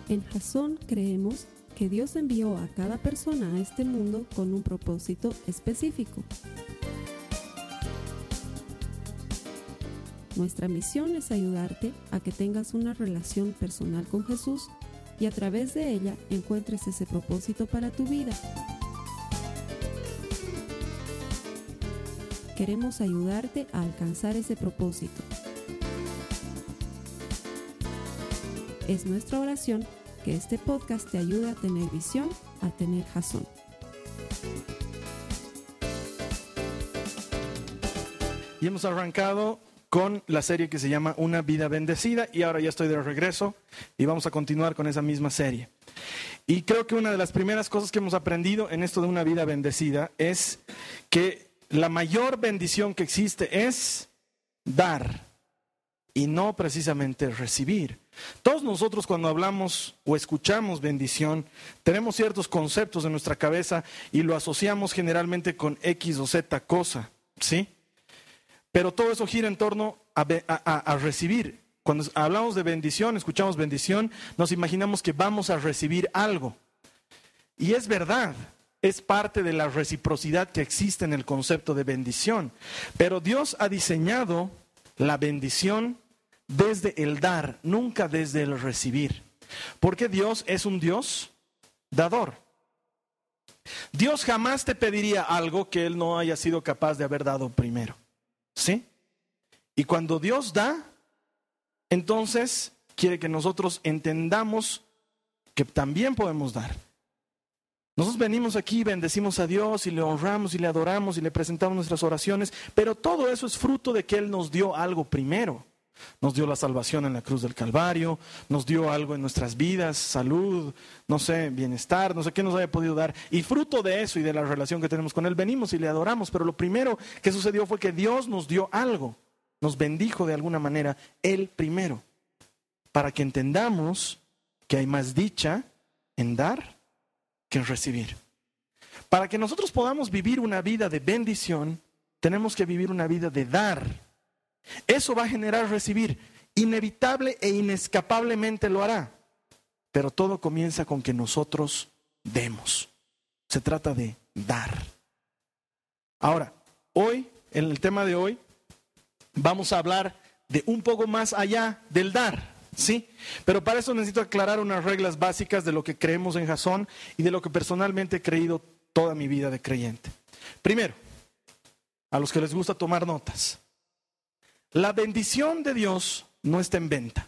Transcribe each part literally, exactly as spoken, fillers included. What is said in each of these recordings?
En Jasón creemos que Dios envió a cada persona a este mundo con un propósito específico. Nuestra misión es ayudarte a que tengas una relación personal con Jesús y a través de ella encuentres ese propósito para tu vida. Queremos ayudarte a alcanzar ese propósito. Es nuestra oración que este podcast te ayude a tener visión, a tener Jasón. Y hemos arrancado con la serie que se llama Una vida bendecida y ahora ya estoy de regreso y vamos a continuar con esa misma serie. Y creo que una de las primeras cosas que hemos aprendido en esto de una vida bendecida es que la mayor bendición que existe es dar y no precisamente recibir. Todos nosotros cuando hablamos o escuchamos bendición, tenemos ciertos conceptos en nuestra cabeza y lo asociamos generalmente con X o Z cosa, ¿sí? Pero todo eso gira en torno a, a, a recibir. Cuando hablamos de bendición, escuchamos bendición, nos imaginamos que vamos a recibir algo. Y es verdad, es parte de la reciprocidad que existe en el concepto de bendición. Pero Dios ha diseñado la bendición desde el dar, nunca desde el recibir. Porque Dios es un Dios dador. Dios jamás te pediría algo que Él no haya sido capaz de haber dado primero. ¿Sí? Y cuando Dios da, entonces quiere que nosotros entendamos que también podemos dar. Nosotros venimos aquí, bendecimos a Dios y le honramos y le adoramos y le presentamos nuestras oraciones, pero todo eso es fruto de que Él nos dio algo primero. Nos dio la salvación en la cruz del Calvario, nos dio algo en nuestras vidas, salud, no sé, bienestar, no sé qué nos haya podido dar. Y fruto de eso y de la relación que tenemos con Él, venimos y le adoramos. Pero lo primero que sucedió fue que Dios nos dio algo, nos bendijo de alguna manera Él primero, para que entendamos que hay más dicha en dar que en recibir. Para que nosotros podamos vivir una vida de bendición, tenemos que vivir una vida de dar. Eso va a generar recibir, inevitable e inescapablemente lo hará, pero todo comienza con que nosotros demos. Se trata de dar. Ahora, hoy, en el tema de hoy, vamos a hablar de un poco más allá del dar, ¿sí? Pero para eso necesito aclarar unas reglas básicas de lo que creemos en Jasón y de lo que personalmente he creído toda mi vida de creyente. Primero, a los que les gusta tomar notas, la bendición de Dios no está en venta.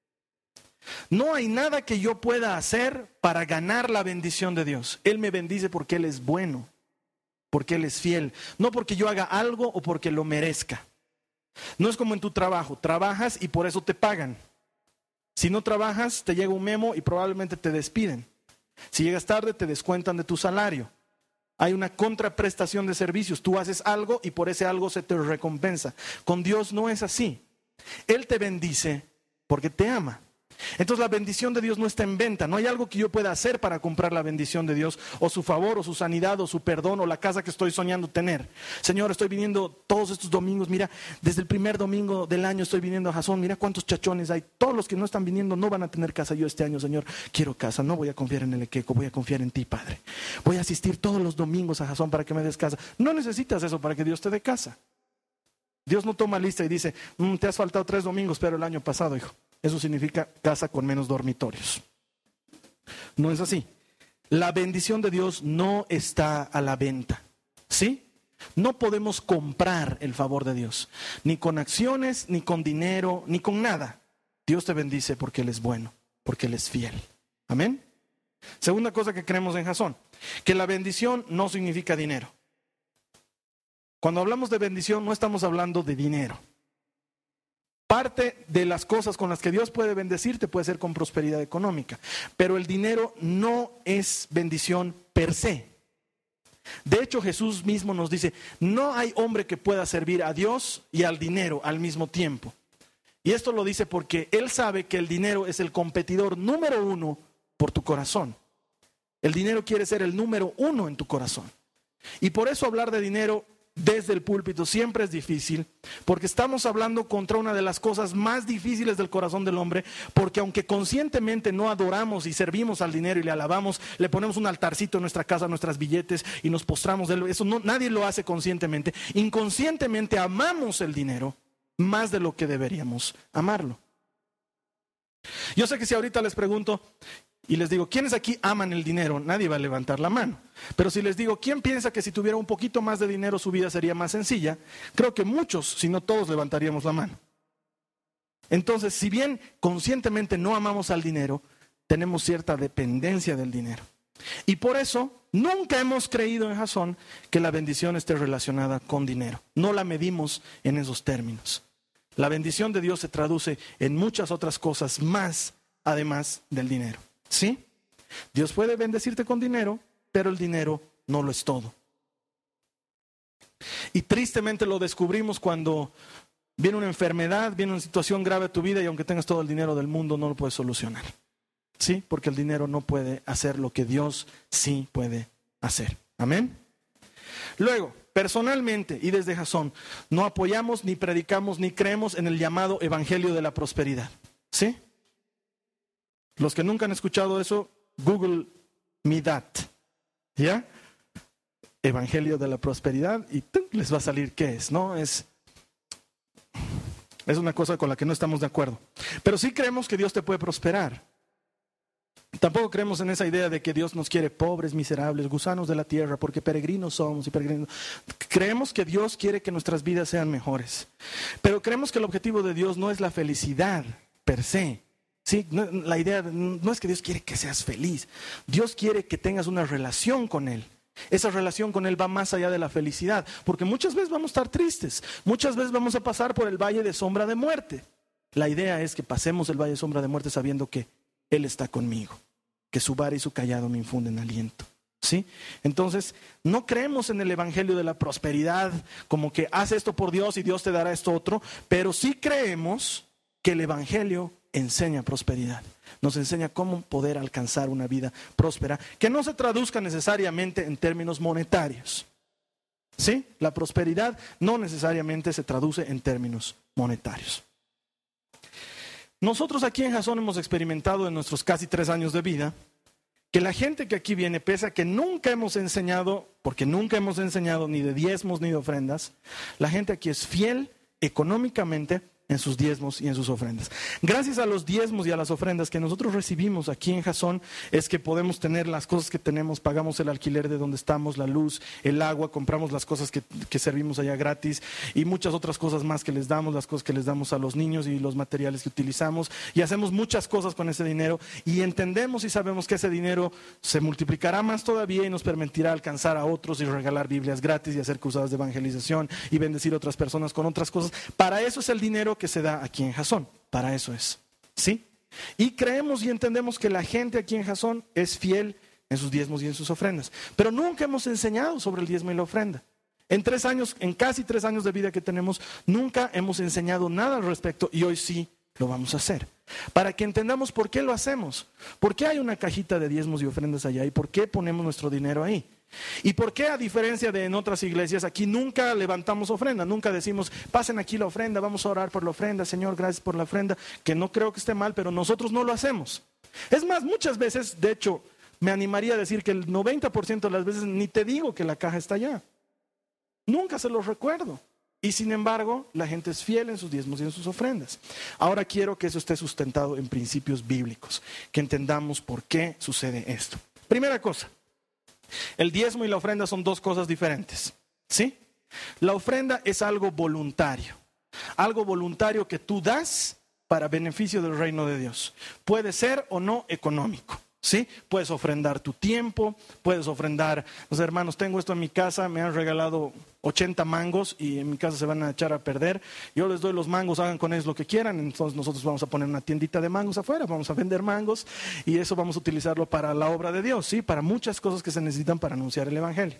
No hay nada que yo pueda hacer para ganar la bendición de Dios. Él me bendice porque Él es bueno, porque Él es fiel, no porque yo haga algo o porque lo merezca. No es como en tu trabajo, trabajas y por eso te pagan. Si no trabajas, te llega un memo y probablemente te despiden. Si llegas tarde, te descuentan de tu salario. Hay una contraprestación de servicios. Tú haces algo y por ese algo se te recompensa. Con Dios no es así. Él te bendice porque te ama. Entonces la bendición de Dios no está en venta. No hay algo que yo pueda hacer para comprar la bendición de Dios, o su favor, o su sanidad, o su perdón, o la casa que estoy soñando tener. Señor, estoy viniendo todos estos domingos. Mira, desde el primer domingo del año estoy viniendo a Jasón. Mira cuántos chachones hay. Todos los que no están viniendo no van a tener casa. Yo este año, Señor, quiero casa. No voy a confiar en el equeco, voy a confiar en ti, Padre. Voy a asistir todos los domingos a Jasón para que me des casa. No necesitas eso para que Dios te dé casa. Dios no toma lista y dice, mmm, te has faltado tres domingos, pero el año pasado, hijo. Eso significa casa con menos dormitorios. No es así. La bendición de Dios no está a la venta. ¿Sí? No podemos comprar el favor de Dios. Ni con acciones, ni con dinero, ni con nada. Dios te bendice porque Él es bueno, porque Él es fiel. Amén. Segunda cosa que creemos en Jasón, que la bendición no significa dinero. Cuando hablamos de bendición no estamos hablando de dinero. Parte de las cosas con las que Dios puede bendecirte puede ser con prosperidad económica, pero el dinero no es bendición per se. De hecho, Jesús mismo nos dice, no hay hombre que pueda servir a Dios y al dinero al mismo tiempo. Y esto lo dice porque Él sabe que el dinero es el competidor número uno por tu corazón. El dinero quiere ser el número uno en tu corazón. Y por eso hablar de dinero desde el púlpito siempre es difícil, porque estamos hablando contra una de las cosas más difíciles del corazón del hombre, porque aunque conscientemente no adoramos y servimos al dinero y le alabamos, le ponemos un altarcito en nuestra casa, nuestras billetes y nos postramos de él, eso no, nadie lo hace conscientemente. Inconscientemente amamos el dinero más de lo que deberíamos amarlo. Yo sé que si ahorita les pregunto y les digo, ¿quiénes aquí aman el dinero? Nadie va a levantar la mano. Pero si les digo, ¿quién piensa que si tuviera un poquito más de dinero su vida sería más sencilla? Creo que muchos, si no todos, levantaríamos la mano. Entonces, si bien conscientemente no amamos al dinero, tenemos cierta dependencia del dinero. Y por eso, nunca hemos creído en Jasón que la bendición esté relacionada con dinero. No la medimos en esos términos. La bendición de Dios se traduce en muchas otras cosas más, además del dinero. ¿Sí? Dios puede bendecirte con dinero, pero el dinero no lo es todo. Y tristemente lo descubrimos cuando viene una enfermedad, viene una situación grave a tu vida y aunque tengas todo el dinero del mundo no lo puedes solucionar. ¿Sí? Porque el dinero no puede hacer lo que Dios sí puede hacer. Amén. Luego, personalmente y desde Jasón, no apoyamos, ni predicamos, ni creemos en el llamado evangelio de la prosperidad. ¿Sí? Los que nunca han escuchado eso, Google me that. ¿Ya? Evangelio de la prosperidad y ¡tum! Les va a salir qué es, ¿no? Es, es una cosa con la que no estamos de acuerdo. Pero sí creemos que Dios te puede prosperar. Tampoco creemos en esa idea de que Dios nos quiere pobres, miserables, gusanos de la tierra, porque peregrinos somos y peregrinos. Creemos que Dios quiere que nuestras vidas sean mejores. Pero creemos que el objetivo de Dios no es la felicidad per se. Sí, no, la idea no es que Dios quiere que seas feliz. Dios quiere que tengas una relación con Él. Esa relación con Él va más allá de la felicidad, porque muchas veces vamos a estar tristes, muchas veces vamos a pasar por el valle de sombra de muerte. La idea es que pasemos el valle de sombra de muerte sabiendo que Él está conmigo, que su vara y su callado me infunden aliento. ¿Sí? Entonces, no creemos en el evangelio de la prosperidad, como que haz esto por Dios y Dios te dará esto otro, pero sí creemos que el evangelio enseña prosperidad, nos enseña cómo poder alcanzar una vida próspera, que no se traduzca necesariamente en términos monetarios. ¿Sí? La prosperidad no necesariamente se traduce en términos monetarios. Nosotros aquí en Jasón hemos experimentado en nuestros casi tres años de vida que la gente que aquí viene, pese a que nunca hemos enseñado, porque nunca hemos enseñado ni de diezmos ni de ofrendas, la gente aquí es fiel económicamente en sus diezmos y en sus ofrendas. Gracias a los diezmos y a las ofrendas que nosotros recibimos aquí en Jasón, es que podemos tener las cosas que tenemos, pagamos el alquiler de donde estamos, la luz, el agua, compramos las cosas que, que servimos allá gratis y muchas otras cosas más que les damos, las cosas que les damos a los niños y los materiales que utilizamos, y hacemos muchas cosas con ese dinero y entendemos y sabemos que ese dinero se multiplicará más todavía y nos permitirá alcanzar a otros y regalar Biblias gratis y hacer cruzadas de evangelización y bendecir a otras personas con otras cosas. Para eso es el dinero que se da aquí en Jasón, para eso es, ¿sí? Y creemos y entendemos que la gente aquí en Jasón es fiel en sus diezmos y en sus ofrendas, pero nunca hemos enseñado sobre el diezmo y la ofrenda. En tres años, en casi tres años de vida que tenemos, nunca hemos enseñado nada al respecto y hoy sí lo vamos a hacer. Para que entendamos por qué lo hacemos, por qué hay una cajita de diezmos y ofrendas allá y por qué ponemos nuestro dinero ahí. ¿Y por qué, a diferencia de en otras iglesias, aquí nunca levantamos ofrenda? Nunca decimos, pasen aquí la ofrenda, vamos a orar por la ofrenda, Señor, gracias por la ofrenda, que no creo que esté mal, pero nosotros no lo hacemos. Es más, muchas veces, de hecho, me animaría a decir que el noventa por ciento de las veces ni te digo que la caja está allá. Nunca se los recuerdo. Y sin embargo, la gente es fiel en sus diezmos y en sus ofrendas. Ahora quiero que eso esté sustentado en principios bíblicos, que entendamos por qué sucede esto. Primera cosa. El diezmo y la ofrenda son dos cosas diferentes, ¿sí? La ofrenda es algo voluntario, algo voluntario que tú das para beneficio del reino de Dios. Puede ser o no económico, ¿sí? Puedes ofrendar tu tiempo, puedes ofrendar, los hermanos, tengo esto en mi casa, me han regalado ochenta mangos y en mi casa se van a echar a perder. Yo les doy los mangos, hagan con ellos lo que quieran. Entonces nosotros vamos a poner una tiendita de mangos afuera, vamos a vender mangos y eso vamos a utilizarlo para la obra de Dios, ¿sí? Para muchas cosas que se necesitan para anunciar el evangelio.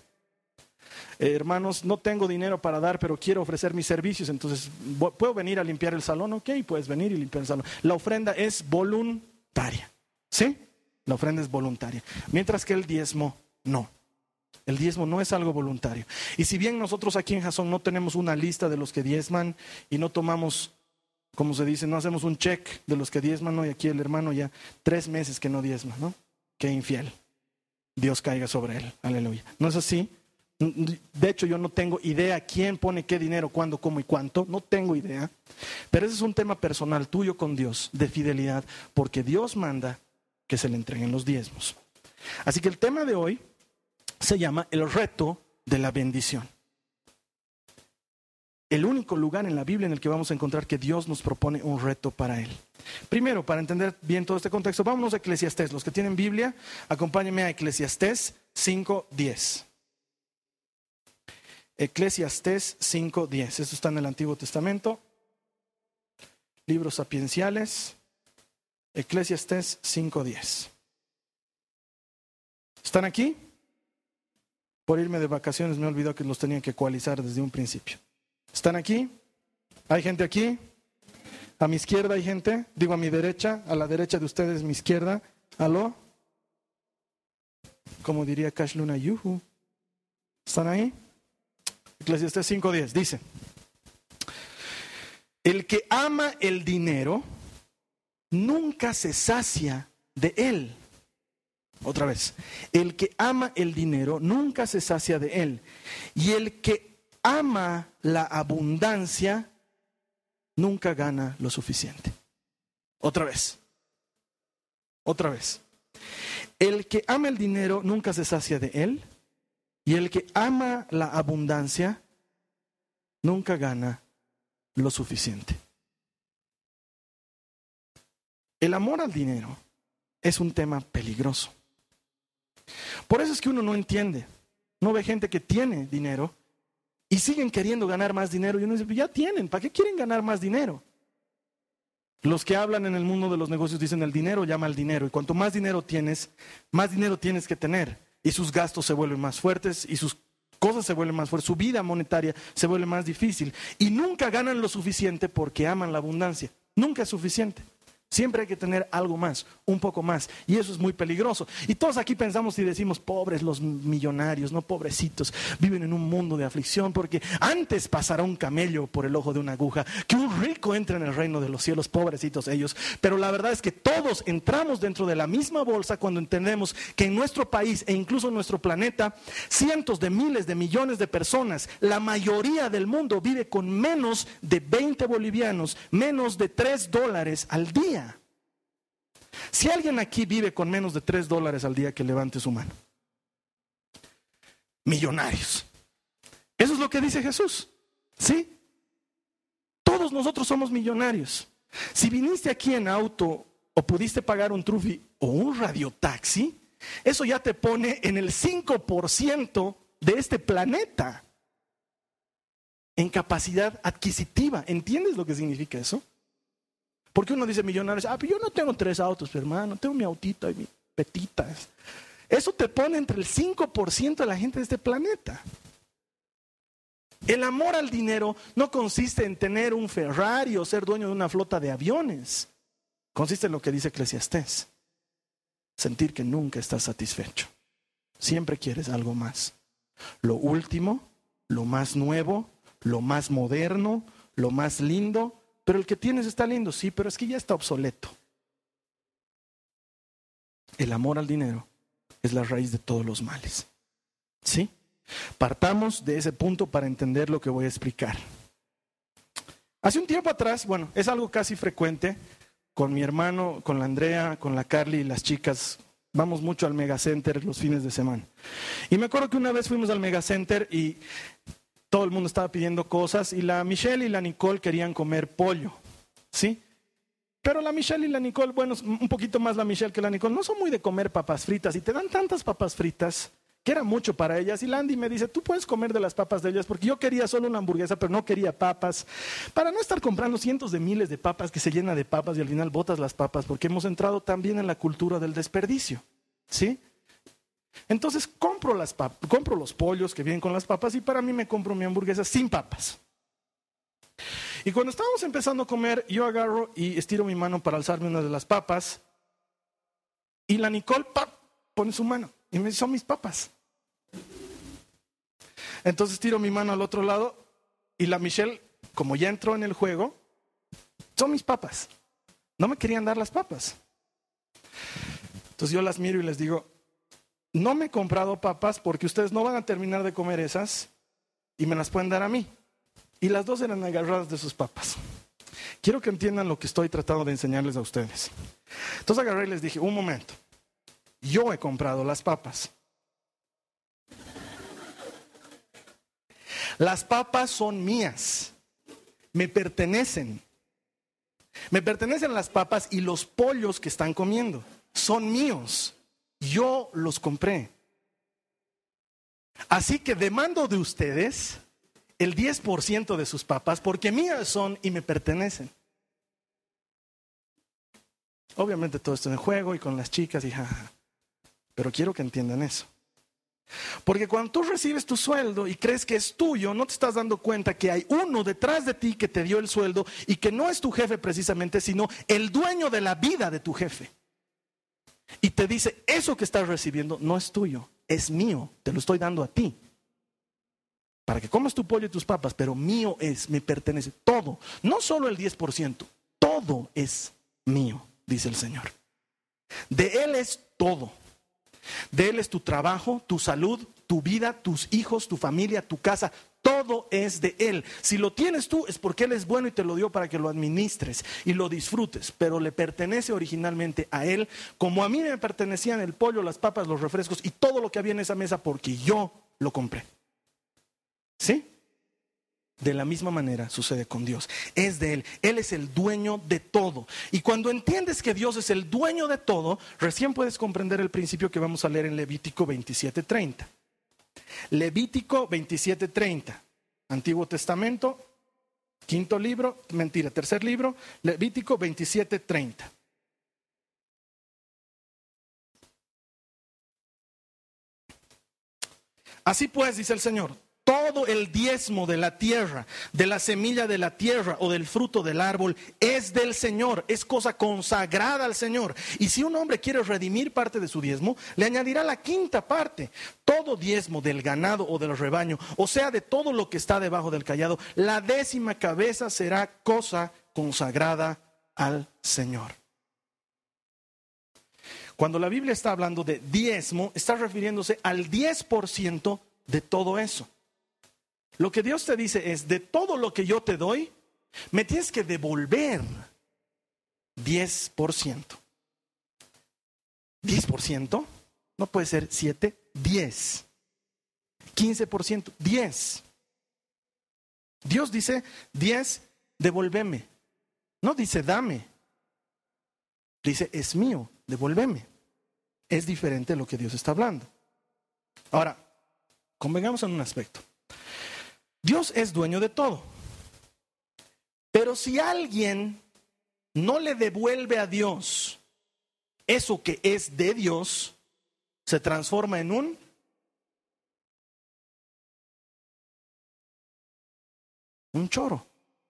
Eh, hermanos, no tengo dinero para dar, pero quiero ofrecer mis servicios, entonces ¿puedo venir a limpiar el salón? Ok, puedes venir y limpiar el salón. La ofrenda es voluntaria, ¿sí? La ofrenda es voluntaria, mientras que el diezmo no. El diezmo no es algo voluntario. Y si bien nosotros aquí en Jasón no tenemos una lista de los que diezman y no tomamos, como se dice, no hacemos un check de los que diezman, ¿no? Y aquí el hermano ya tres meses que no diezma, ¿no? Qué infiel. Dios caiga sobre él. Aleluya. ¿No es así? De hecho, yo no tengo idea quién pone qué dinero, cuándo, cómo y cuánto. No tengo idea. Pero ese es un tema personal tuyo con Dios, de fidelidad, porque Dios manda que se le entreguen los diezmos. Así que el tema de hoy se llama el reto de la bendición. El único lugar en la Biblia en el que vamos a encontrar que Dios nos propone un reto para Él. Primero, para entender bien todo este contexto, vámonos a Eclesiastés. Los que tienen Biblia, acompáñenme a Eclesiastés cinco diez. Eclesiastés cinco diez. Esto está en el Antiguo Testamento. Libros sapienciales. Eclesiastés cinco diez. ¿Están aquí? Por irme de vacaciones me he olvidado que los tenía que ecualizar desde un principio. ¿Están aquí? ¿Hay gente aquí? A mi izquierda hay gente. Digo a mi derecha, a la derecha de ustedes, mi izquierda. ¿Aló? Como diría Cash Luna, yuhu. ¿Están ahí? Eclesiastés cinco diez dice: el que ama el dinero nunca se sacia de él. Otra vez, el que ama el dinero nunca se sacia de él, y el que ama la abundancia nunca gana lo suficiente. Otra vez, otra vez, el que ama el dinero nunca se sacia de él, y el que ama la abundancia nunca gana lo suficiente. El amor al dinero es un tema peligroso. Por eso es que uno no entiende. No ve gente que tiene dinero y siguen queriendo ganar más dinero. Y uno dice, ya tienen, ¿para qué quieren ganar más dinero? Los que hablan en el mundo de los negocios dicen, el dinero llama al dinero. Y cuanto más dinero tienes, más dinero tienes que tener. Y sus gastos se vuelven más fuertes y sus cosas se vuelven más fuertes. Su vida monetaria se vuelve más difícil. Y nunca ganan lo suficiente porque aman la abundancia. Nunca es suficiente. Siempre hay que tener algo más, un poco más, y eso es muy peligroso. Y todos aquí pensamos y decimos, pobres los millonarios, no pobrecitos, viven en un mundo de aflicción, porque antes pasará un camello por el ojo de una aguja que un rico entre en el reino de los cielos, pobrecitos ellos. Pero la verdad es que todos entramos dentro de la misma bolsa cuando entendemos que en nuestro país e incluso en nuestro planeta, cientos de miles de millones de personas, la mayoría del mundo vive con menos de veinte bolivianos, menos de tres dólares al día. Si alguien aquí vive con menos de tres dólares al día, que levante su mano. Millonarios. Eso es lo que dice Jesús. ¿Sí? Todos nosotros somos millonarios. Si viniste aquí en auto o pudiste pagar un trufi o un radiotaxi, eso ya te pone en el cinco por ciento de este planeta en capacidad adquisitiva. ¿Entiendes lo que significa eso? Porque uno dice millonarios, ah, pero yo no tengo tres autos, hermano, tengo mi autito y mi petitas. Eso te pone entre el cinco por ciento de la gente de este planeta. El amor al dinero no consiste en tener un Ferrari o ser dueño de una flota de aviones. Consiste en lo que dice Eclesiastés. Sentir que nunca estás satisfecho. Siempre quieres algo más. Lo último, lo más nuevo, lo más moderno, lo más lindo. Pero el que tienes está lindo, sí, pero es que ya está obsoleto. El amor al dinero es la raíz de todos los males. ¿Sí? Partamos de ese punto para entender lo que voy a explicar. Hace un tiempo atrás, bueno, es algo casi frecuente, con mi hermano, con la Andrea, con la Carly y las chicas, vamos mucho al Megacenter los fines de semana. Y me acuerdo que una vez fuimos al Megacenter y todo el mundo estaba pidiendo cosas y la Michelle y la Nicole querían comer pollo, ¿sí? Pero la Michelle y la Nicole, bueno, un poquito más la Michelle que la Nicole, no son muy de comer papas fritas y te dan tantas papas fritas que era mucho para ellas. Y la Andy me dice, tú puedes comer de las papas de ellas porque yo quería solo una hamburguesa, pero no quería papas. Para no estar comprando cientos de miles de papas que se llena de papas y al final botas las papas porque hemos entrado también en la cultura del desperdicio, ¿sí? Entonces compro, las pap- compro los pollos que vienen con las papas y para mí me compro mi hamburguesa sin papas. Y cuando estábamos empezando a comer, yo agarro y estiro mi mano para alzarme una de las papas y la Nicole ¡pap! Pone su mano y me dice, son mis papas. Entonces tiro mi mano al otro lado y la Michelle, como ya entró en el juego, son mis papas. No me querían dar las papas. Entonces yo las miro y les digo, no me he comprado papas porque ustedes no van a terminar de comer esas y me las pueden dar a mí. Y las dos eran agarradas de sus papas. Quiero que entiendan lo que estoy tratando de enseñarles a ustedes. Entonces agarré y les dije, un momento, yo he comprado las papas. Las papas son mías, me pertenecen. Me pertenecen las papas y los pollos que están comiendo son míos. Yo los compré. Así que demando de ustedes el diez por ciento de sus papas porque mías son y me pertenecen. Obviamente todo esto en el juego y con las chicas y jaja. Pero quiero que entiendan eso. Porque cuando tú recibes tu sueldo y crees que es tuyo, no te estás dando cuenta que hay uno detrás de ti que te dio el sueldo y que no es tu jefe precisamente, sino el dueño de la vida de tu jefe. Y te dice, eso que estás recibiendo no es tuyo, es mío, te lo estoy dando a ti. Para que comas tu pollo y tus papas, pero mío es, me pertenece todo. No solo el diez por ciento, todo es mío, dice el Señor. De Él es todo. De Él es tu trabajo, tu salud, tu vida, tus hijos, tu familia, tu casa. Todo es de Él. Si lo tienes tú es porque Él es bueno y te lo dio para que lo administres y lo disfrutes. Pero le pertenece originalmente a Él, como a mí me pertenecían el pollo, las papas, los refrescos y todo lo que había en esa mesa porque yo lo compré. ¿Sí? De la misma manera sucede con Dios. Es de Él. Él es el dueño de todo. Y cuando entiendes que Dios es el dueño de todo, recién puedes comprender el principio que vamos a leer en Levítico veintisiete treinta. Levítico veintisiete treinta. Antiguo Testamento, quinto libro, mentira, tercer libro, Levítico veintisiete treinta. Así pues, dice el Señor, todo el diezmo de la tierra, de la semilla de la tierra o del fruto del árbol es del Señor, es cosa consagrada al Señor. Y si un hombre quiere redimir parte de su diezmo, le añadirá la quinta parte. Todo diezmo del ganado o del rebaño, o sea, de todo lo que está debajo del cayado, la décima cabeza será cosa consagrada al Señor. Cuando la Biblia está hablando de diezmo, está refiriéndose al diez por ciento de todo eso. Lo que Dios te dice es, de todo lo que yo te doy, me tienes que devolver diez por ciento. diez por ciento, no puede ser siete, diez. quince por ciento, diez. Dios dice, diez, devuélveme. No dice, dame. Dice, es mío, devuélveme. Es diferente de lo que Dios está hablando. Ahora, convengamos en un aspecto. Dios es dueño de todo. Pero si alguien no le devuelve a Dios eso que es de Dios, se transforma en un un choro,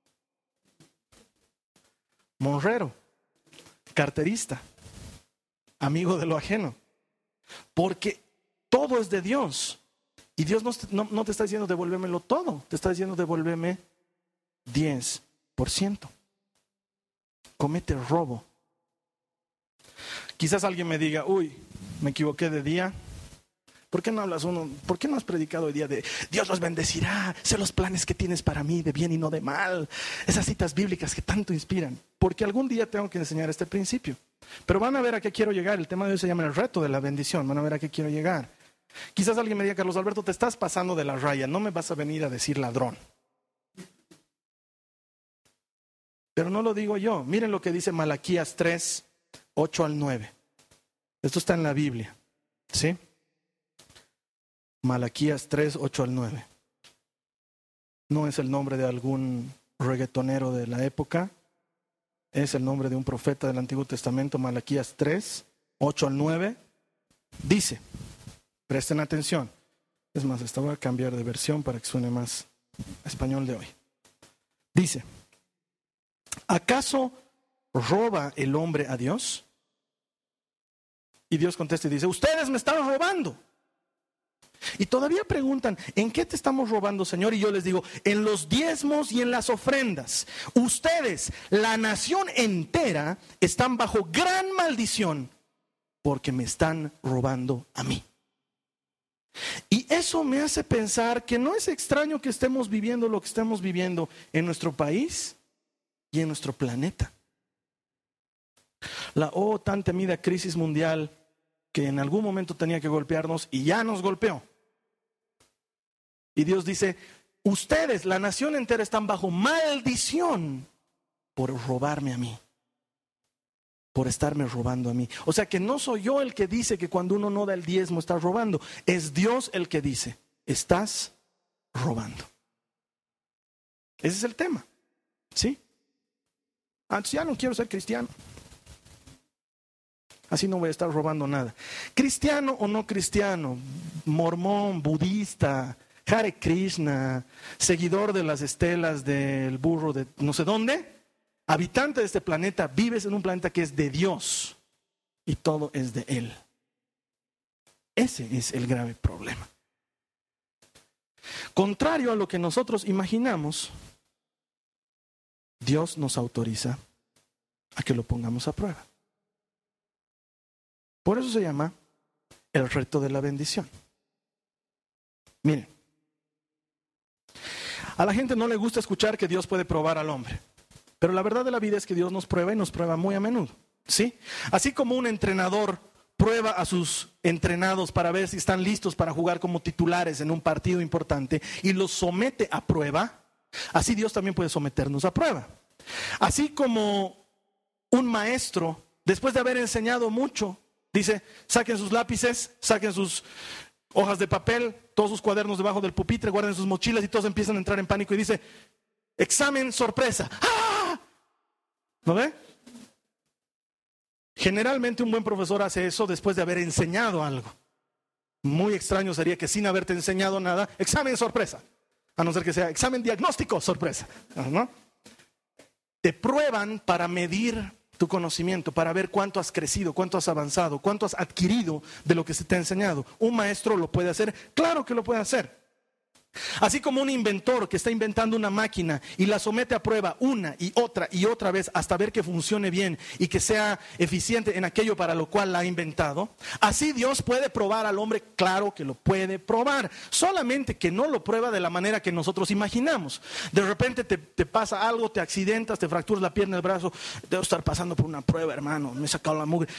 monrero, carterista, amigo de lo ajeno. Porque todo es de Dios. Y Dios no, no, no te está diciendo devuélvemelo todo, te está diciendo devuélveme diez por ciento. Comete robo. Quizás alguien me diga, uy, me equivoqué de día. ¿Por qué no hablas uno? ¿Por qué no has predicado hoy día de Dios los bendecirá? Sé los planes que tienes para mí de bien y no de mal. Esas citas bíblicas que tanto inspiran. Porque algún día tengo que enseñar este principio. Pero van a ver a qué quiero llegar. El tema de hoy se llama el reto de la bendición. Van a ver a qué quiero llegar. Quizás alguien me diga, Carlos Alberto, te estás pasando de la raya, no me vas a venir a decir ladrón. Pero no lo digo yo. Miren lo que dice Malaquías tres, ocho al nueve. Esto está en la Biblia, ¿sí? Malaquías tres, ocho al nueve. No es el nombre de algún reggaetonero de la época, es el nombre de un profeta del Antiguo Testamento. Malaquías tres, ocho al nueve. Dice, presten atención. Es más, esta voy a cambiar de versión para que suene más español de hoy. Dice, ¿acaso roba el hombre a Dios? Y Dios contesta y dice, ustedes me están robando. Y todavía preguntan, ¿en qué te estamos robando, Señor? Y yo les digo, en los diezmos y en las ofrendas. Ustedes, la nación entera, están bajo gran maldición porque me están robando a mí. Y eso me hace pensar que no es extraño que estemos viviendo lo que estamos viviendo en nuestro país y en nuestro planeta. La oh tan temida crisis mundial que en algún momento tenía que golpearnos y ya nos golpeó. Y Dios dice, ustedes, la nación entera, están bajo maldición por robarme a mí. Por estarme robando a mí. O sea que no soy yo el que dice que cuando uno no da el diezmo está robando. Es Dios el que dice, estás robando. Ese es el tema. ¿Sí? Antes ya no quiero ser cristiano. Así no voy a estar robando nada. Cristiano o no cristiano, mormón, budista, Hare Krishna, seguidor de las estelas del burro de no sé dónde, habitante de este planeta, vives en un planeta que es de Dios y todo es de Él. Ese es el grave problema. Contrario a lo que nosotros imaginamos, Dios nos autoriza a que lo pongamos a prueba. Por eso se llama el reto de la bendición. Miren, a la gente no le gusta escuchar que Dios puede probar al hombre. Pero la verdad de la vida es que Dios nos prueba y nos prueba muy a menudo, ¿sí? Así como un entrenador prueba a sus entrenados para ver si están listos para jugar como titulares en un partido importante y los somete a prueba, así Dios también puede someternos a prueba. Así como un maestro, después de haber enseñado mucho, dice, saquen sus lápices, saquen sus hojas de papel, todos sus cuadernos debajo del pupitre, guarden sus mochilas y todos empiezan a entrar en pánico y dice, examen sorpresa. ¡Ah! ¿No ve? Generalmente un buen profesor hace eso después de haber enseñado algo. Muy extraño sería que sin haberte enseñado nada, examen sorpresa. A no ser que sea examen diagnóstico sorpresa, ¿no? Te prueban para medir tu conocimiento, para ver cuánto has crecido, cuánto has avanzado, cuánto has adquirido de lo que se te ha enseñado. Un maestro lo puede hacer, claro que lo puede hacer. Así como un inventor que está inventando una máquina y la somete a prueba una y otra y otra vez hasta ver que funcione bien y que sea eficiente en aquello para lo cual la ha inventado, así Dios puede probar al hombre, claro que lo puede probar, solamente que no lo prueba de la manera que nosotros imaginamos. De repente te, te pasa algo, te accidentas, te fracturas la pierna, el brazo, debo estar pasando por una prueba, hermano, me he sacado la mugre.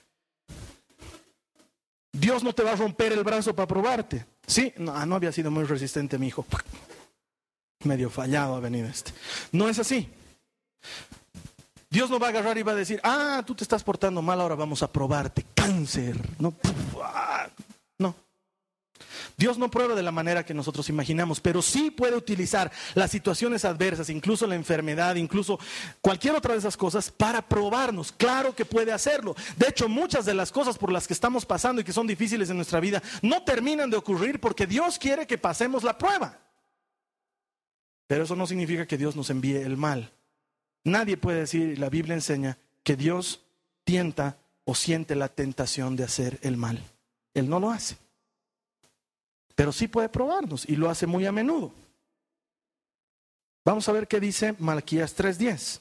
Dios no te va a romper el brazo para probarte. Sí, no, no había sido muy resistente mi hijo. Medio fallado ha venido este. No es así. Dios no va a agarrar y va a decir, ah, tú te estás portando mal, ahora vamos a probarte. Cáncer. No, no. Dios no prueba de la manera que nosotros imaginamos, pero sí puede utilizar las situaciones adversas, incluso la enfermedad, incluso cualquier otra de esas cosas para probarnos. Claro que puede hacerlo. De hecho, muchas de las cosas por las que estamos pasando y que son difíciles en nuestra vida no terminan de ocurrir porque Dios quiere que pasemos la prueba. Pero eso no significa que Dios nos envíe el mal. Nadie puede decir, la Biblia enseña, que Dios tienta o siente la tentación de hacer el mal. Él no lo hace. Pero sí puede probarnos y lo hace muy a menudo. Vamos a ver qué dice Malaquías tres diez.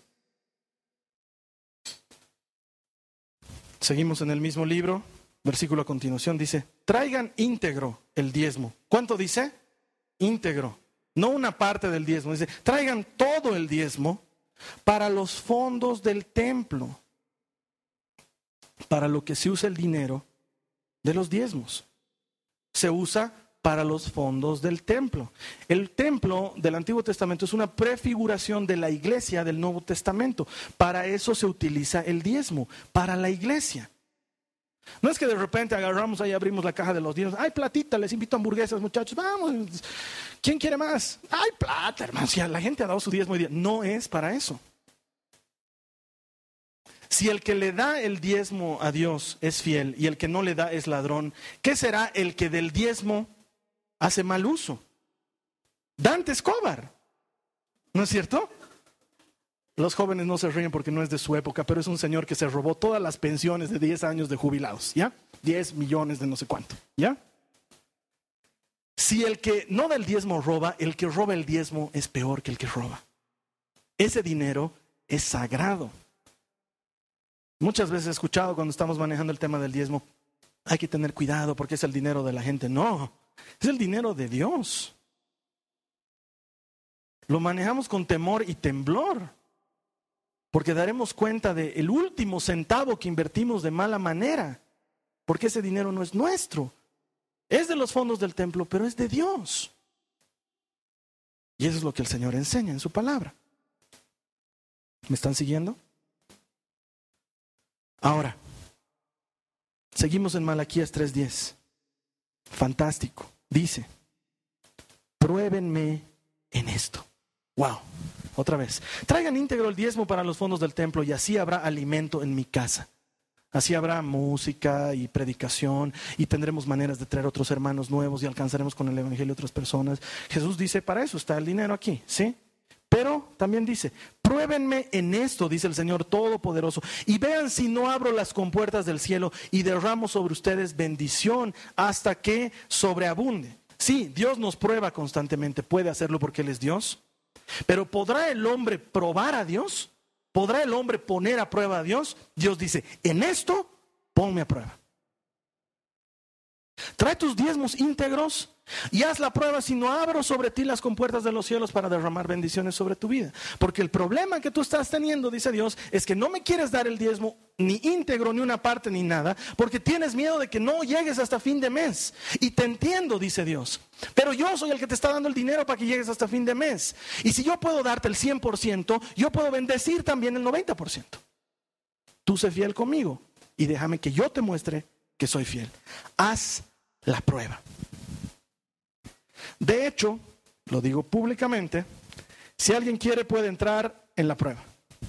Seguimos en el mismo libro, versículo a continuación dice, traigan íntegro el diezmo. ¿Cuánto dice? Íntegro. No una parte del diezmo, dice, traigan todo el diezmo para los fondos del templo, para lo que se usa el dinero de los diezmos. Se usa para los fondos del templo. El templo del Antiguo Testamento es una prefiguración de la iglesia del Nuevo Testamento. Para eso se utiliza el diezmo, para la iglesia. No es que de repente agarramos ahí, abrimos la caja de los diezmos. ¡Ay, platita! Les invito a hamburguesas, muchachos. ¡Vamos! ¿Quién quiere más? ¡Ay, plata, hermano! Si la gente ha dado su diezmo hoy día. No es para eso. Si el que le da el diezmo a Dios es fiel y el que no le da es ladrón, ¿qué será el que del diezmo hace mal uso? Dante Escobar, ¿no es cierto? Los jóvenes no se ríen porque no es de su época, pero es un señor que se robó todas las pensiones de diez años de jubilados, ¿ya? diez millones de no sé cuánto, ¿ya? Si el que no da el diezmo roba, el que roba el diezmo es peor que el que roba. Ese dinero es sagrado. Muchas veces he escuchado cuando estamos manejando el tema del diezmo, hay que tener cuidado porque es el dinero de la gente. No, es el dinero de Dios. Lo manejamos con temor y temblor, porque daremos cuenta del último centavo que invertimos de mala manera, porque ese dinero no es nuestro. Es de los fondos del templo, pero es de Dios. Y eso es lo que el Señor enseña en su palabra. ¿Me están siguiendo? Ahora, seguimos en Malaquías tres diez. Fantástico. Dice, pruébenme en esto. Wow. Otra vez. Traigan íntegro el diezmo para los fondos del templo y así habrá alimento en mi casa. Así habrá música y predicación y tendremos maneras de traer otros hermanos nuevos y alcanzaremos con el evangelio a otras personas. Jesús dice, para eso está el dinero aquí, ¿sí? Pero también dice, pruébenme en esto, dice el Señor Todopoderoso, y vean si no abro las compuertas del cielo y derramo sobre ustedes bendición hasta que sobreabunde. Sí, Dios nos prueba constantemente, puede hacerlo porque Él es Dios, pero ¿podrá el hombre probar a Dios? ¿Podrá el hombre poner a prueba a Dios? Dios dice, en esto ponme a prueba. Trae tus diezmos íntegros y haz la prueba si no abro sobre ti las compuertas de los cielos para derramar bendiciones sobre tu vida. Porque el problema que tú estás teniendo, dice Dios, es que no me quieres dar el diezmo ni íntegro, ni una parte, ni nada, porque tienes miedo de que no llegues hasta fin de mes. Y te entiendo, dice Dios, pero yo soy el que te está dando el dinero para que llegues hasta fin de mes. Y si yo puedo darte el cien por ciento, yo puedo bendecir también el noventa por ciento. Tú sé fiel conmigo y déjame que yo te muestre que soy fiel. Haz la prueba. De hecho, lo digo públicamente, si alguien quiere puede entrar en la prueba.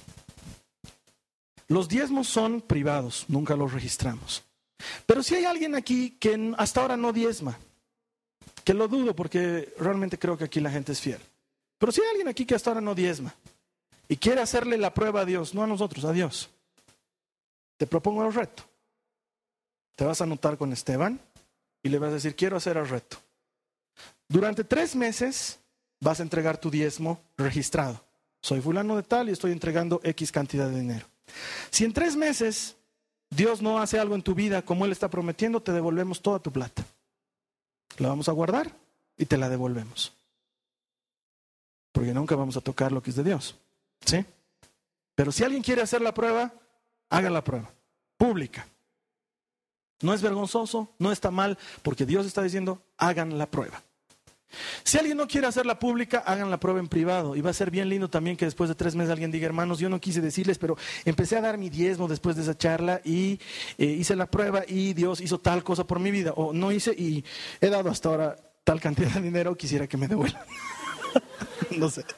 Los diezmos son privados, nunca los registramos. Pero si hay alguien aquí que hasta ahora no diezma, que lo dudo porque realmente creo que aquí la gente es fiel. Pero si hay alguien aquí que hasta ahora no diezma y quiere hacerle la prueba a Dios, no a nosotros, a Dios, te propongo el reto. Te vas a anotar con Esteban y le vas a decir, quiero hacer el reto. Durante tres meses vas a entregar tu diezmo registrado. Soy fulano de tal y estoy entregando X cantidad de dinero. Si en tres meses Dios no hace algo en tu vida como Él está prometiendo, te devolvemos toda tu plata. La vamos a guardar y te la devolvemos. Porque nunca vamos a tocar lo que es de Dios. ¿Sí? Pero si alguien quiere hacer la prueba, haga la prueba. Pública. No es vergonzoso, no está mal, porque Dios está diciendo, hagan la prueba. Si alguien no quiere hacerla pública, hagan la prueba en privado. Y va a ser bien lindo también que después de tres meses alguien diga, hermanos, yo no quise decirles, pero empecé a dar mi diezmo después de esa charla y eh, hice la prueba y Dios hizo tal cosa por mi vida. O no hice y he dado hasta ahora tal cantidad de dinero, quisiera que me devuelvan. No sé.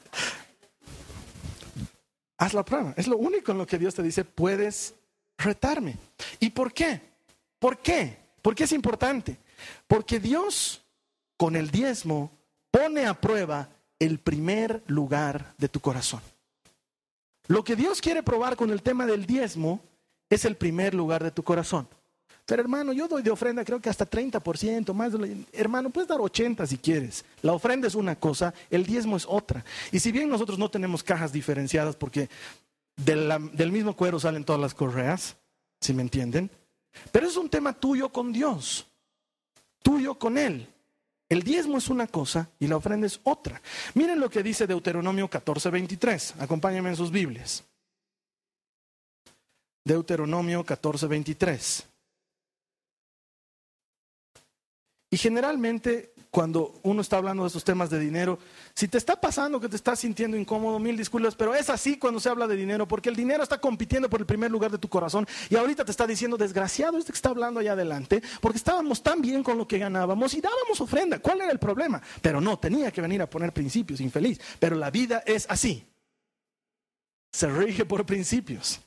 Haz la prueba. Es lo único en lo que Dios te dice, puedes retarme. ¿Y por qué? ¿Por qué? ¿Por qué es importante? Porque Dios, con el diezmo, pone a prueba el primer lugar de tu corazón. Lo que Dios quiere probar con el tema del diezmo es el primer lugar de tu corazón. Pero hermano, yo doy de ofrenda creo que hasta treinta por ciento, más de lo, hermano, puedes dar ochenta si quieres. La ofrenda es una cosa, el diezmo es otra. Y si bien nosotros no tenemos cajas diferenciadas porque de la, del mismo cuero salen todas las correas, ¿sí me entienden? Pero es un tema tuyo con Dios, tuyo con Él. El diezmo es una cosa y la ofrenda es otra. Miren lo que dice Deuteronomio catorce veintitrés. Acompáñenme en sus Biblias. Deuteronomio catorce veintitrés. Y generalmente cuando uno está hablando de estos temas de dinero, si te está pasando que te estás sintiendo incómodo, mil disculpas, pero es así cuando se habla de dinero, porque el dinero está compitiendo por el primer lugar de tu corazón y ahorita te está diciendo, desgraciado este que está hablando allá adelante, porque estábamos tan bien con lo que ganábamos y dábamos ofrenda. ¿Cuál era el problema? Pero no, tenía que venir a poner principios, infeliz. Pero la vida es así. Se rige por principios.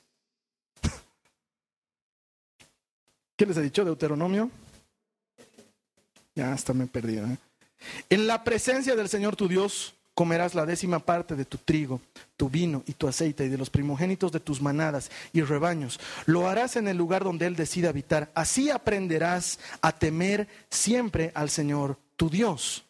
¿Qué les he dicho, Deuteronomio? Ya hasta me he perdido. ¿eh? En la presencia del Señor tu Dios comerás la décima parte de tu trigo, tu vino y tu aceite y de los primogénitos de tus manadas y rebaños. Lo harás en el lugar donde Él decida habitar. Así aprenderás a temer siempre al Señor tu Dios.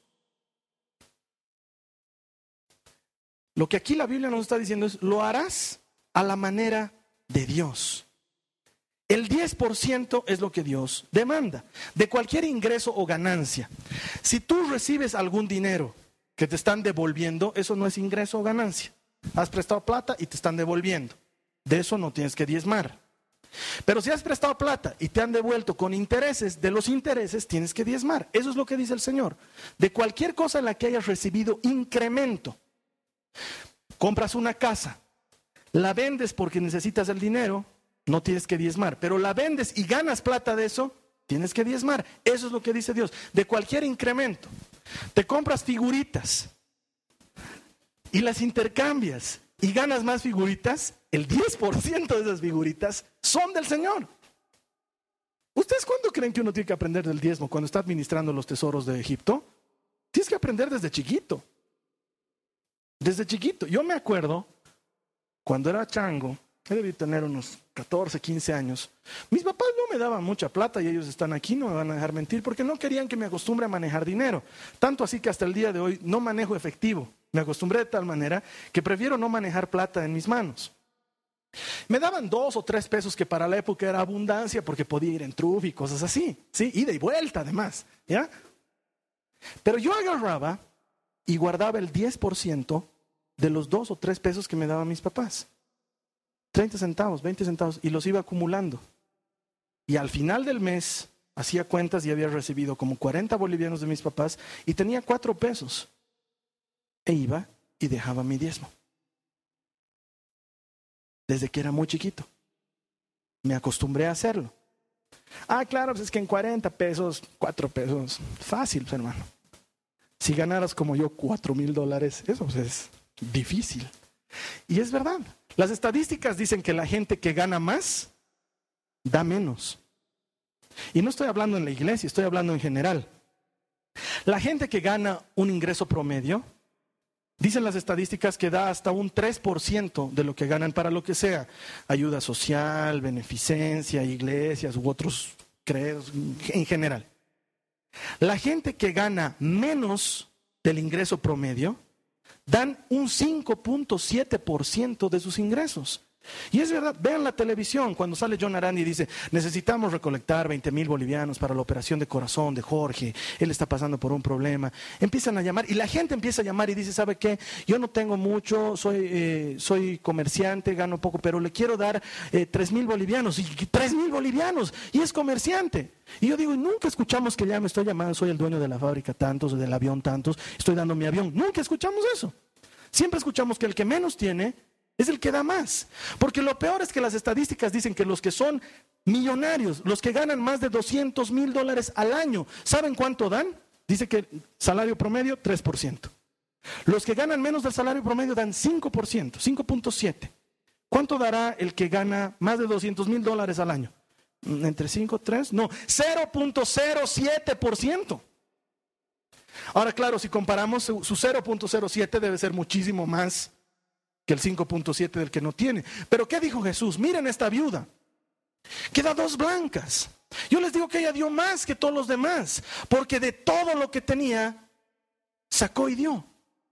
Lo que aquí la Biblia nos está diciendo es, lo harás a la manera de Dios. El diez por ciento es lo que Dios demanda de cualquier ingreso o ganancia. Si tú recibes algún dinero que te están devolviendo, eso no es ingreso o ganancia. Has prestado plata y te están devolviendo. De eso no tienes que diezmar. Pero si has prestado plata y te han devuelto con intereses, de los intereses tienes que diezmar. Eso es lo que dice el Señor. De cualquier cosa en la que hayas recibido incremento. Compras una casa, la vendes porque necesitas el dinero, no tienes que diezmar. Pero la vendes y ganas plata de eso, tienes que diezmar. Eso es lo que dice Dios. De cualquier incremento. Te compras figuritas y las intercambias y ganas más figuritas, el diez por ciento de esas figuritas son del Señor. ¿Ustedes cuándo creen que uno tiene que aprender del diezmo? Cuando está administrando los tesoros de Egipto. Tienes que aprender desde chiquito. Desde chiquito. Yo me acuerdo, cuando era chango, debí tener unos catorce, quince años. Mis papás no me daban mucha plata y ellos están aquí, no me van a dejar mentir, porque no querían que me acostumbre a manejar dinero. Tanto así que hasta el día de hoy no manejo efectivo. Me acostumbré de tal manera que prefiero no manejar plata en mis manos. Me daban dos o tres pesos, que para la época era abundancia, porque podía ir en truf y cosas así, ¿sí? Ida y vuelta además, ¿ya? Pero yo agarraba y guardaba el diez por ciento de los dos o tres pesos que me daban mis papás. treinta centavos, veinte centavos, y los iba acumulando. Y al final del mes hacía cuentas y había recibido como cuarenta bolivianos de mis papás y tenía cuatro pesos. E iba y dejaba mi diezmo. Desde que era muy chiquito. Me acostumbré a hacerlo. Ah, claro, pues es que en cuarenta pesos, cuatro pesos, fácil, hermano. Si ganaras como yo cuatro mil dólares, eso pues es difícil. Y es verdad. Las estadísticas dicen que la gente que gana más, da menos. Y no estoy hablando en la iglesia, estoy hablando en general. La gente que gana un ingreso promedio, dicen las estadísticas que da hasta un tres por ciento de lo que ganan para lo que sea. Ayuda social, beneficencia, iglesias u otros credos en general. La gente que gana menos del ingreso promedio, dan un cinco punto siete por ciento de sus ingresos. Y es verdad, vean la televisión cuando sale John Arandi y dice, necesitamos recolectar veinte mil bolivianos para la operación de corazón de Jorge, él está pasando por un problema. Empiezan a llamar y la gente empieza a llamar y dice, ¿sabe qué? Yo no tengo mucho, soy, eh, soy comerciante, gano poco, pero le quiero dar eh, tres mil bolivianos, y tres mil bolivianos, y es comerciante. Y yo digo, nunca escuchamos que llame, estoy llamando, soy el dueño de la fábrica tantos, del avión tantos, estoy dando mi avión. Nunca escuchamos eso. Siempre escuchamos que el que menos tiene es el que da más. Porque lo peor es que las estadísticas dicen que los que son millonarios, los que ganan más de doscientos mil dólares al año, ¿saben cuánto dan? Dice que salario promedio, tres por ciento. Los que ganan menos del salario promedio dan cinco por ciento, cinco punto siete. ¿Cuánto dará el que gana más de doscientos mil dólares al año? ¿Entre cinco, tres? No, cero punto cero siete por ciento. Ahora, claro, si comparamos, su cero punto cero siete debe ser muchísimo más que el cinco punto siete del que no tiene. Pero ¿qué dijo Jesús? Miren esta viuda, que da dos blancas. Yo les digo que ella dio más que todos los demás, porque de todo lo que tenía, sacó y dio.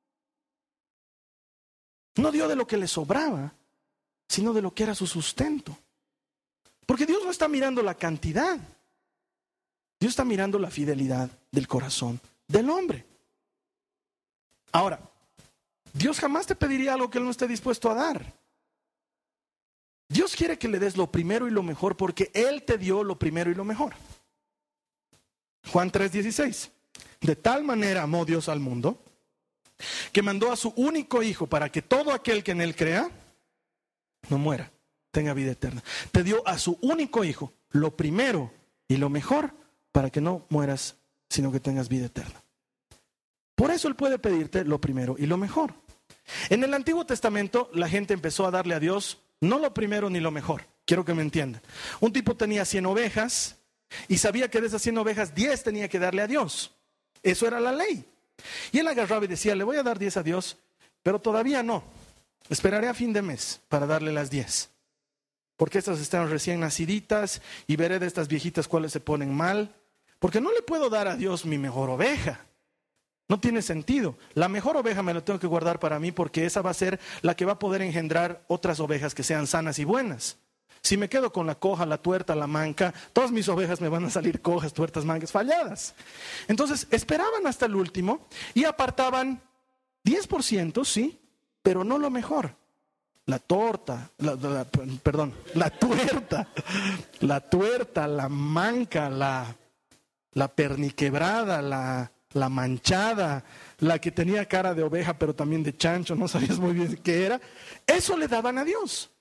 No dio de lo que le sobraba, sino de lo que era su sustento. Porque Dios no está mirando la cantidad, Dios está mirando la fidelidad del corazón del hombre. Ahora, Dios jamás te pediría algo que Él no esté dispuesto a dar. Dios quiere que le des lo primero y lo mejor, porque Él te dio lo primero y lo mejor. Juan tres dieciséis. De tal manera amó Dios al mundo, que mandó a su único hijo para que todo aquel que en Él crea no muera, tenga vida eterna. Te dio a su único hijo lo primero y lo mejor para que no mueras, sino que tengas vida eterna. Por eso Él puede pedirte lo primero y lo mejor. En el Antiguo Testamento la gente empezó a darle a Dios no lo primero ni lo mejor. Quiero que me entiendan. Un tipo tenía cien ovejas y sabía que de esas cien ovejas diez tenía que darle a Dios. Eso era la ley. Y él agarraba y decía, le voy a dar diez a Dios, pero todavía no. Esperaré a fin de mes para darle las diez. Porque estas están recién naciditas y veré de estas viejitas cuáles se ponen mal. Porque no le puedo dar a Dios mi mejor oveja. No tiene sentido. La mejor oveja me la tengo que guardar para mí porque esa va a ser la que va a poder engendrar otras ovejas que sean sanas y buenas. Si me quedo con la coja, la tuerta, la manca, todas mis ovejas me van a salir cojas, tuertas, mancas, falladas. Entonces esperaban hasta el último y apartaban diez por ciento, sí, pero no lo mejor. La torta, la, la, perdón, la tuerta, la tuerta, la manca, la, la perniquebrada, la, la manchada, la que tenía cara de oveja pero también de chancho, no sabías muy bien qué era. Eso le daban a Dios.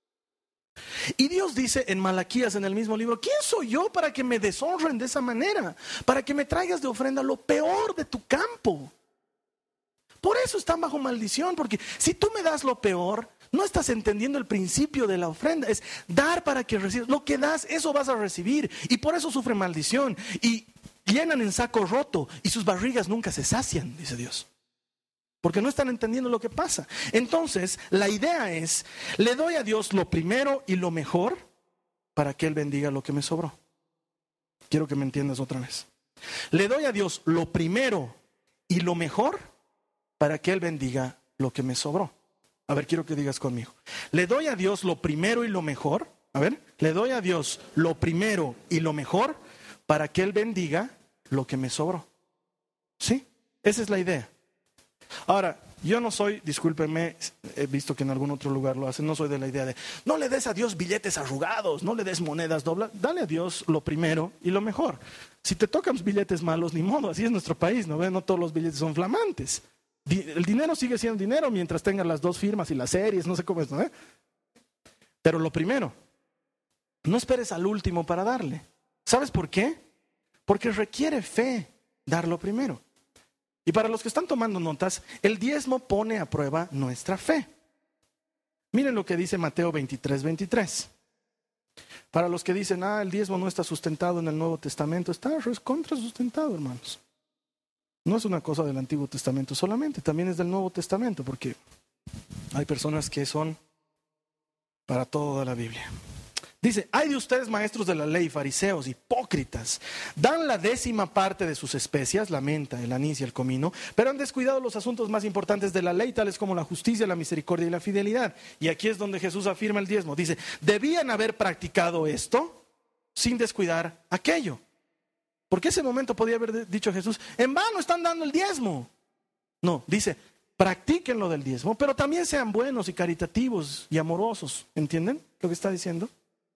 Y Dios dice en Malaquías, en el mismo libro, ¿quién soy yo para que me deshonren de esa manera? Para que me traigas de ofrenda lo peor de tu campo. Por eso están bajo maldición, porque si tú me das lo peor, no estás entendiendo el principio de la ofrenda. Es dar para que recibas. Lo que das, eso vas a recibir. Y por eso sufren maldición. Y llenan en saco roto y sus barrigas nunca se sacian, dice Dios. Porque no están entendiendo lo que pasa. Entonces, la idea es, le doy a Dios lo primero y lo mejor para que Él bendiga lo que me sobró. Quiero que me entiendas otra vez. Le doy a Dios lo primero y lo mejor para que Él bendiga lo que me sobró. A ver, quiero que digas conmigo. Le doy a Dios lo primero y lo mejor. A ver, le doy a Dios lo primero y lo mejor para que Él bendiga lo que me sobró. ¿Sí? Esa es la idea. Ahora, yo no soy, discúlpenme, he visto que en algún otro lugar lo hacen, no soy de la idea de, no le des a Dios billetes arrugados, no le des monedas dobladas, dale a Dios lo primero y lo mejor. Si te tocan billetes malos, ni modo, así es nuestro país, ¿no ven? No todos los billetes son flamantes. El dinero sigue siendo dinero mientras tengas las dos firmas y las series, no sé cómo es, ¿no? ¿Eh? Pero lo primero, no esperes al último para darle. ¿Sabes por qué? Porque requiere fe dar lo primero. Y para los que están tomando notas, el diezmo pone a prueba nuestra fe. Miren lo que dice Mateo veintitrés, veintitrés. Para los que dicen, ah, el diezmo no está sustentado en el Nuevo Testamento, está contra sustentado, hermanos. No es una cosa del Antiguo Testamento solamente, también es del Nuevo Testamento, porque hay personas que son para toda la Biblia. Dice, hay de ustedes maestros de la ley, fariseos, hipócritas, dan la décima parte de sus especias, la menta, el anís y el comino, pero han descuidado los asuntos más importantes de la ley, tales como la justicia, la misericordia y la fidelidad. Y aquí es donde Jesús afirma el diezmo. Dice, debían haber practicado esto sin descuidar aquello. Porque ese momento podía haber dicho Jesús, en vano están dando el diezmo. No, dice, practiquen lo del diezmo, pero también sean buenos y caritativos y amorosos. ¿Entienden lo que está diciendo?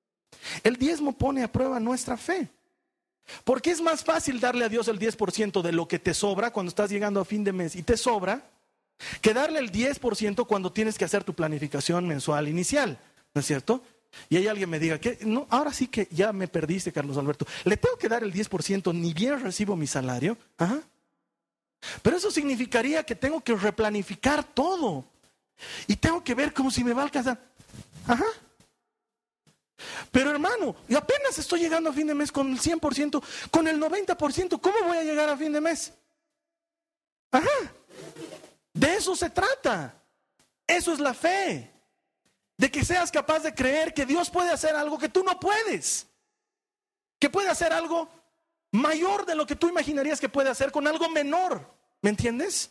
El diezmo pone a prueba nuestra fe. Porque es más fácil darle a Dios el diez por ciento de lo que te sobra cuando estás llegando a fin de mes y te sobra, que darle el diez por ciento cuando tienes que hacer tu planificación mensual inicial, ¿no es cierto? Y hay alguien me diga, que no, ahora sí que ya me perdiste, Carlos Alberto, ¿le tengo que dar el diez por ciento ni bien recibo mi salario? Ajá. Pero eso significaría que tengo que replanificar todo y tengo que ver cómo si me va a alcanzar. Ajá. Pero hermano, yo apenas estoy llegando a fin de mes con el cien por ciento, con el noventa por ciento, ¿cómo voy a llegar a fin de mes? Ajá. De eso se trata. Eso es la fe. De que seas capaz de creer que Dios puede hacer algo que tú no puedes. Que puede hacer algo mayor de lo que tú imaginarías que puede hacer con algo menor. ¿Me entiendes?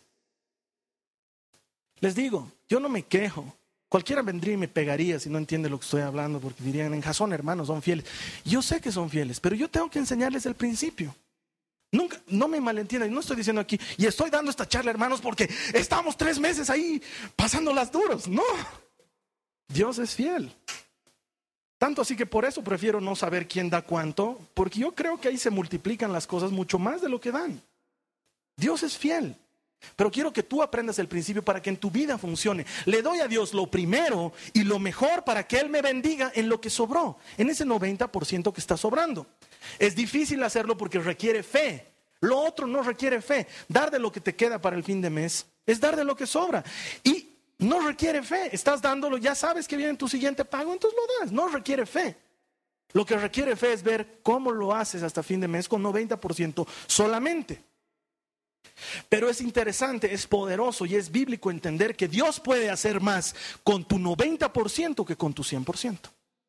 Les digo, yo no me quejo. Cualquiera vendría y me pegaría si no entiende lo que estoy hablando, porque dirían, en Jasón, hermanos, son fieles. Yo sé que son fieles, pero yo tengo que enseñarles el principio. Nunca, no me malentiendan, no estoy diciendo aquí, y estoy dando esta charla, hermanos, porque estamos tres meses ahí pasándolas duros. No, Dios es fiel. Tanto así que por eso prefiero no saber quién da cuánto, porque yo creo que ahí se multiplican las cosas mucho más de lo que dan. Dios es fiel. Pero quiero que tú aprendas el principio para que en tu vida funcione. Le doy a Dios lo primero y lo mejor para que Él me bendiga en lo que sobró, en ese noventa por ciento que está sobrando. Es difícil hacerlo porque requiere fe. Lo otro no requiere fe. Dar de lo que te queda para el fin de mes es dar de lo que sobra. Y no requiere fe. Estás dándolo, ya sabes que viene tu siguiente pago, entonces lo das. No requiere fe. Lo que requiere fe es ver cómo lo haces hasta fin de mes con noventa por ciento solamente. Pero es interesante, es poderoso y es bíblico entender que Dios puede hacer más con tu noventa por ciento que con tu cien por ciento.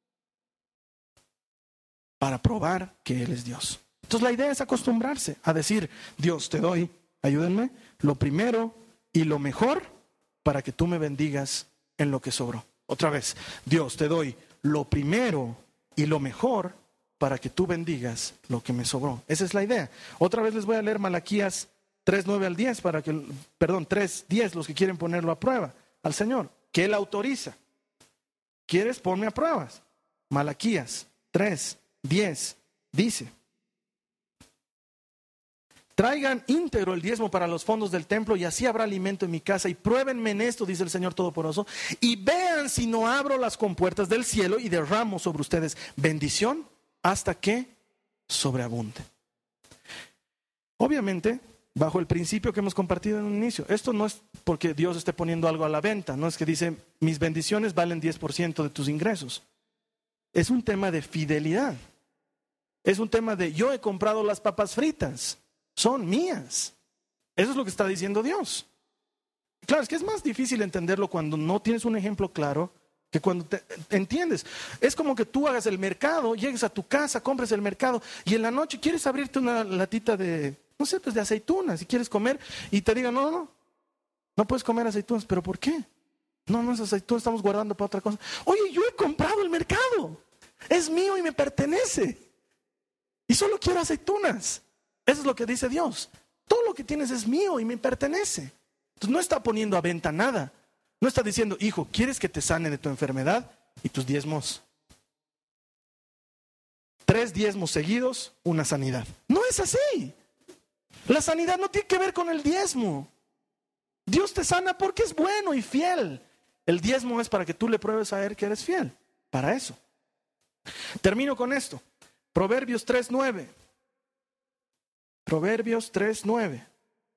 Para probar que Él es Dios. Entonces la idea es acostumbrarse a decir, Dios, te doy, ayúdenme, lo primero y lo mejor para que tú me bendigas en lo que sobró. Otra vez, Dios, te doy lo primero y lo mejor para que tú bendigas lo que me sobró. Esa es la idea. Otra vez les voy a leer Malaquías tres, nueve al diez, para que, perdón, tres, diez, los que quieren ponerlo a prueba al Señor, que Él autoriza. ¿Quieres? Ponme a pruebas. Malaquías tres, diez, dice: traigan íntegro el diezmo para los fondos del templo y así habrá alimento en mi casa, y pruébenme en esto, dice el Señor Todopoderoso, y vean si no abro las compuertas del cielo y derramo sobre ustedes bendición hasta que sobreabunde. Obviamente, bajo el principio que hemos compartido en un inicio, esto no es porque Dios esté poniendo algo a la venta, no es que dice mis bendiciones valen diez por ciento de tus ingresos. Es un tema de fidelidad. Es un tema de yo he comprado las papas fritas, son mías. Eso es lo que está diciendo Dios. Claro, es que es más difícil entenderlo cuando no tienes un ejemplo claro que cuando te entiendes. Es como que tú hagas el mercado, llegues a tu casa, compres el mercado y en la noche quieres abrirte una latita de, no sé, pues de aceitunas, si quieres comer, y te digan, no, no, no puedes comer aceitunas. ¿Pero por qué? No, no es aceitunas, estamos guardando para otra cosa. Oye, yo he comprado el mercado, es mío y me pertenece, y solo quiero aceitunas. Eso es lo que dice Dios. Todo lo que tienes es mío y me pertenece. Entonces no está poniendo a venta nada. No está diciendo, hijo, ¿quieres que te sane de tu enfermedad? Y tus diezmos. Tres diezmos seguidos, una sanidad. No es así. La sanidad no tiene que ver con el diezmo. Dios te sana porque es bueno y fiel. El diezmo es para que tú le pruebes a Él que eres fiel. Para eso. Termino con esto. Proverbios tres nueve. Proverbios tres nueve.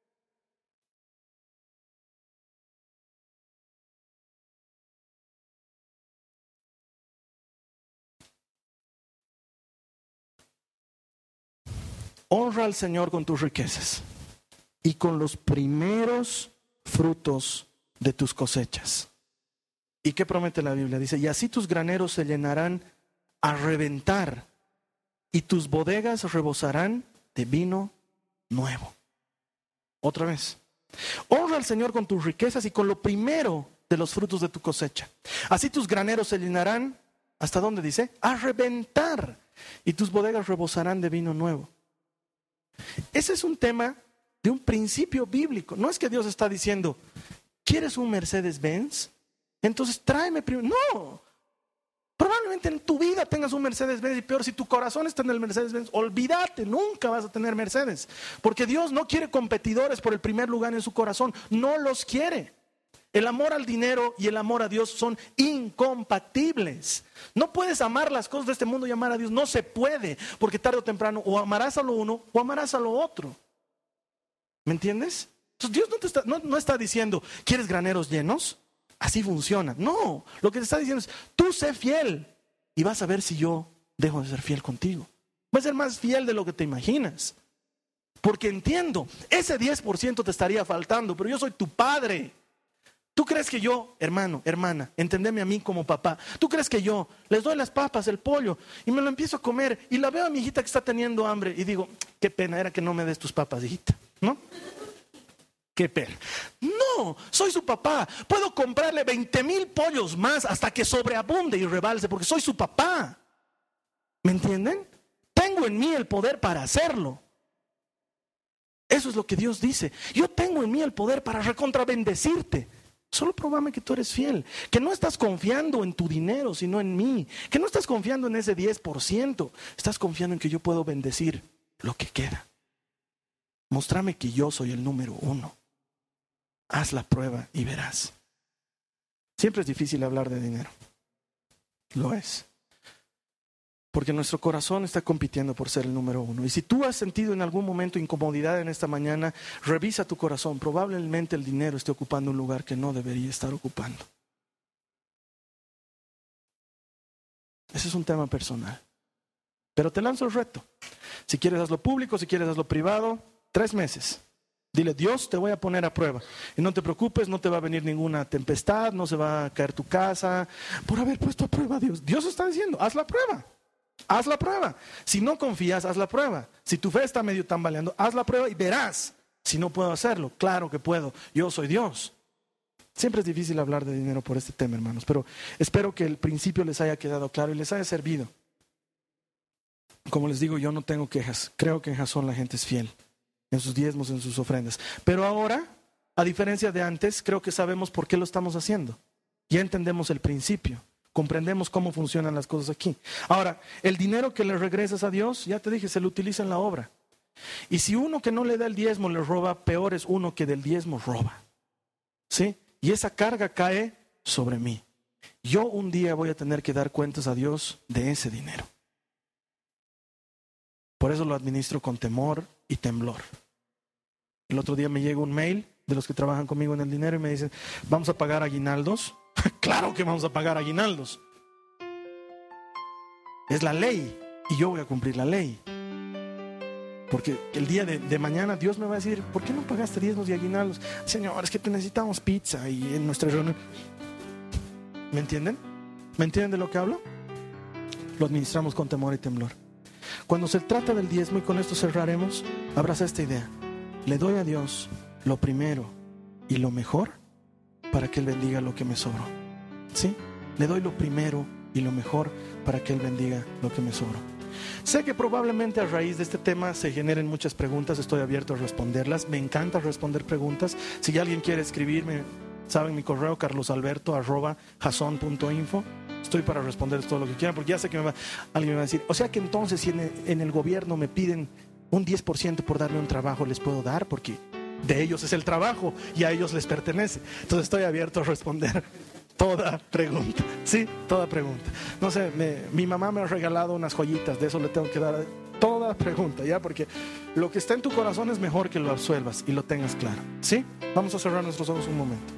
Honra al Señor con tus riquezas y con los primeros frutos de tus cosechas. ¿Y qué promete la Biblia? Dice, y así tus graneros se llenarán a reventar y tus bodegas rebosarán de vino nuevo. Otra vez. Honra al Señor con tus riquezas y con lo primero de los frutos de tu cosecha. Así tus graneros se llenarán, ¿hasta dónde dice? A reventar y tus bodegas rebosarán de vino nuevo. Ese es un tema de un principio bíblico. No es que Dios está diciendo, ¿quieres un Mercedes-Benz? Entonces tráeme primero. No. Probablemente en tu vida tengas un Mercedes-Benz y peor, si tu corazón está en el Mercedes-Benz, olvídate, nunca vas a tener Mercedes. Porque Dios no quiere competidores por el primer lugar en su corazón. No los quiere. El amor al dinero y el amor a Dios son incompatibles. No puedes amar las cosas de este mundo y amar a Dios. No se puede, porque tarde o temprano o amarás a lo uno o amarás a lo otro. ¿Me entiendes? Entonces Dios no, te está, no, no está diciendo, ¿quieres graneros llenos? Así funciona. No, lo que te está diciendo es, tú sé fiel y vas a ver si yo dejo de ser fiel contigo. Voy a ser más fiel de lo que te imaginas. Porque entiendo, ese diez por ciento te estaría faltando, pero yo soy tu padre. ¿Tú crees que yo, hermano, hermana, entendeme a mí como papá, tú crees que yo les doy las papas, el pollo, y me lo empiezo a comer, y la veo a mi hijita que está teniendo hambre, y digo, qué pena era que no me des tus papas, hijita, ¿no? Qué pena. No, soy su papá, puedo comprarle veinte mil pollos más hasta que sobreabunde y rebalse, porque soy su papá. ¿Me entienden? Tengo en mí el poder para hacerlo. Eso es lo que Dios dice. Yo tengo en mí el poder para recontrabendecirte. Solo probame que tú eres fiel, que no estás confiando en tu dinero, sino en mí, que no estás confiando en ese diez por ciento, estás confiando en que yo puedo bendecir lo que queda. Móstrame que yo soy el número uno. Haz la prueba y verás. Siempre es difícil hablar de dinero. Lo es. Porque nuestro corazón está compitiendo por ser el número uno. Y si tú has sentido en algún momento incomodidad en esta mañana, revisa tu corazón. Probablemente el dinero esté ocupando un lugar que no debería estar ocupando. Ese es un tema personal. Pero te lanzo el reto. Si quieres hazlo público, si quieres hazlo privado, tres meses. Dile, Dios, te voy a poner a prueba. Y no te preocupes, no te va a venir ninguna tempestad, no se va a caer tu casa por haber puesto a prueba a Dios. Dios está diciendo, haz la prueba. Haz la prueba. Si no confías, haz la prueba. Si tu fe está medio tambaleando, haz la prueba y verás si no puedo hacerlo. Claro que puedo. Yo soy Dios. Siempre es difícil hablar de dinero por este tema, hermanos, pero espero que el principio les haya quedado claro y les haya servido. Como les digo, yo no tengo quejas. Creo que en Jasón la gente es fiel en sus diezmos, en sus ofrendas. Pero ahora, a diferencia de antes, creo que sabemos por qué lo estamos haciendo. Ya entendemos el principio, comprendemos cómo funcionan las cosas aquí. Ahora, el dinero que le regresas a Dios, ya te dije, se lo utiliza en la obra. Y si uno que no le da el diezmo le roba, peor es uno que del diezmo roba. ¿Sí? Y esa carga cae sobre mí. Yo un día voy a tener que dar cuentas a Dios de ese dinero. Por eso lo administro con temor y temblor. El otro día me llega un mail de los que trabajan conmigo en el dinero y me dicen, ¿vamos a pagar aguinaldos? Claro que vamos a pagar aguinaldos. Es la ley y yo voy a cumplir la ley. Porque el día de, de mañana Dios me va a decir, ¿por qué no pagaste diezmos y aguinaldos? Señor, es que te necesitamos pizza y en nuestra reunión. ¿Me entienden? ¿Me entienden de lo que hablo? Lo administramos con temor y temblor. Cuando se trata del diezmo, y con esto cerraremos, abraza esta idea. Le doy a Dios lo primero y lo mejor para que Él bendiga lo que me sobró. ¿Sí? Le doy lo primero y lo mejor para que Él bendiga lo que me sobró. Sé que probablemente a raíz de este tema se generen muchas preguntas, estoy abierto a responderlas. Me encanta responder preguntas. Si alguien quiere escribirme, saben mi correo, carlosalberto arroba jason punto info. Estoy para responder todo lo que quieran, porque ya sé que me va, alguien me va a decir, o sea que entonces si en el, en el gobierno me piden un diez por ciento por darme un trabajo, ¿les puedo dar? Porque de ellos es el trabajo y a ellos les pertenece. Entonces estoy abierto a responder toda pregunta, sí, toda pregunta. No sé, me, mi mamá me ha regalado unas joyitas, de eso le tengo que dar toda pregunta, ¿ya? Porque lo que está en tu corazón es mejor que lo absuelvas y lo tengas claro, ¿sí? Vamos a cerrar nuestros ojos un momento.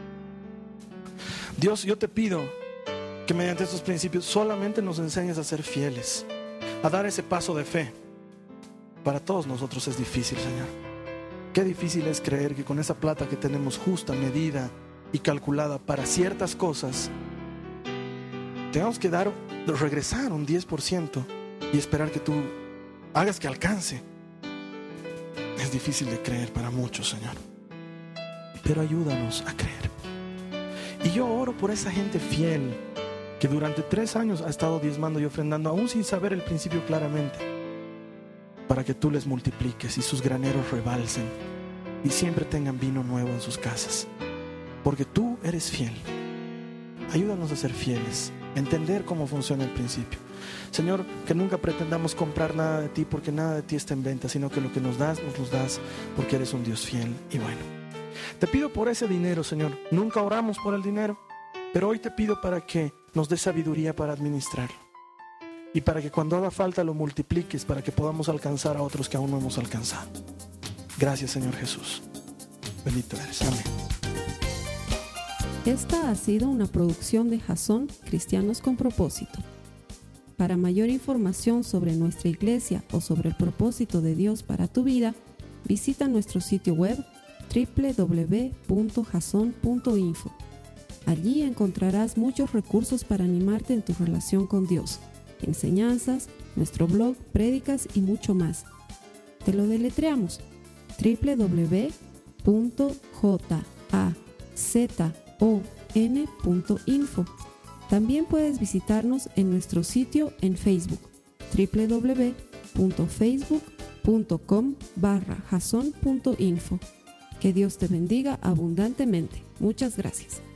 Dios, yo te pido que mediante estos principios solamente nos enseñes a ser fieles, a dar ese paso de fe. Para todos nosotros es difícil, Señor. Qué difícil es creer que con esa plata que tenemos justa, medida y calculada para ciertas cosas, tengamos que dar, regresar un diez por ciento y esperar que tú hagas que alcance. Es difícil de creer para muchos, Señor, pero ayúdanos a creer. Y yo oro por esa gente fiel que durante tres años ha estado diezmando y ofrendando, aún sin saber el principio claramente, para que tú les multipliques y sus graneros rebalsen y siempre tengan vino nuevo en sus casas, porque tú eres fiel. Ayúdanos a ser fieles, a entender cómo funciona el principio. Señor, que nunca pretendamos comprar nada de ti porque nada de ti está en venta, sino que lo que nos das, nos lo das porque eres un Dios fiel y bueno. Te pido por ese dinero, Señor. Nunca oramos por el dinero, pero hoy te pido para que nos des sabiduría para administrarlo y para que cuando haga falta lo multipliques para que podamos alcanzar a otros que aún no hemos alcanzado. Gracias, Señor Jesús. Bendito eres. Amén. Esta ha sido una producción de Jasón Cristianos con Propósito. Para mayor información sobre nuestra iglesia o sobre el propósito de Dios para tu vida, visita nuestro sitio web doble u doble u doble u punto jason punto info. Allí encontrarás muchos recursos para animarte en tu relación con Dios, enseñanzas, nuestro blog, prédicas y mucho más. Te lo deletreamos: doble u doble u doble u punto jazon punto info. También puedes visitarnos en nuestro sitio en Facebook, doble u doble u doble u punto facebook punto com barra jason punto info. Que Dios te bendiga abundantemente. Muchas gracias.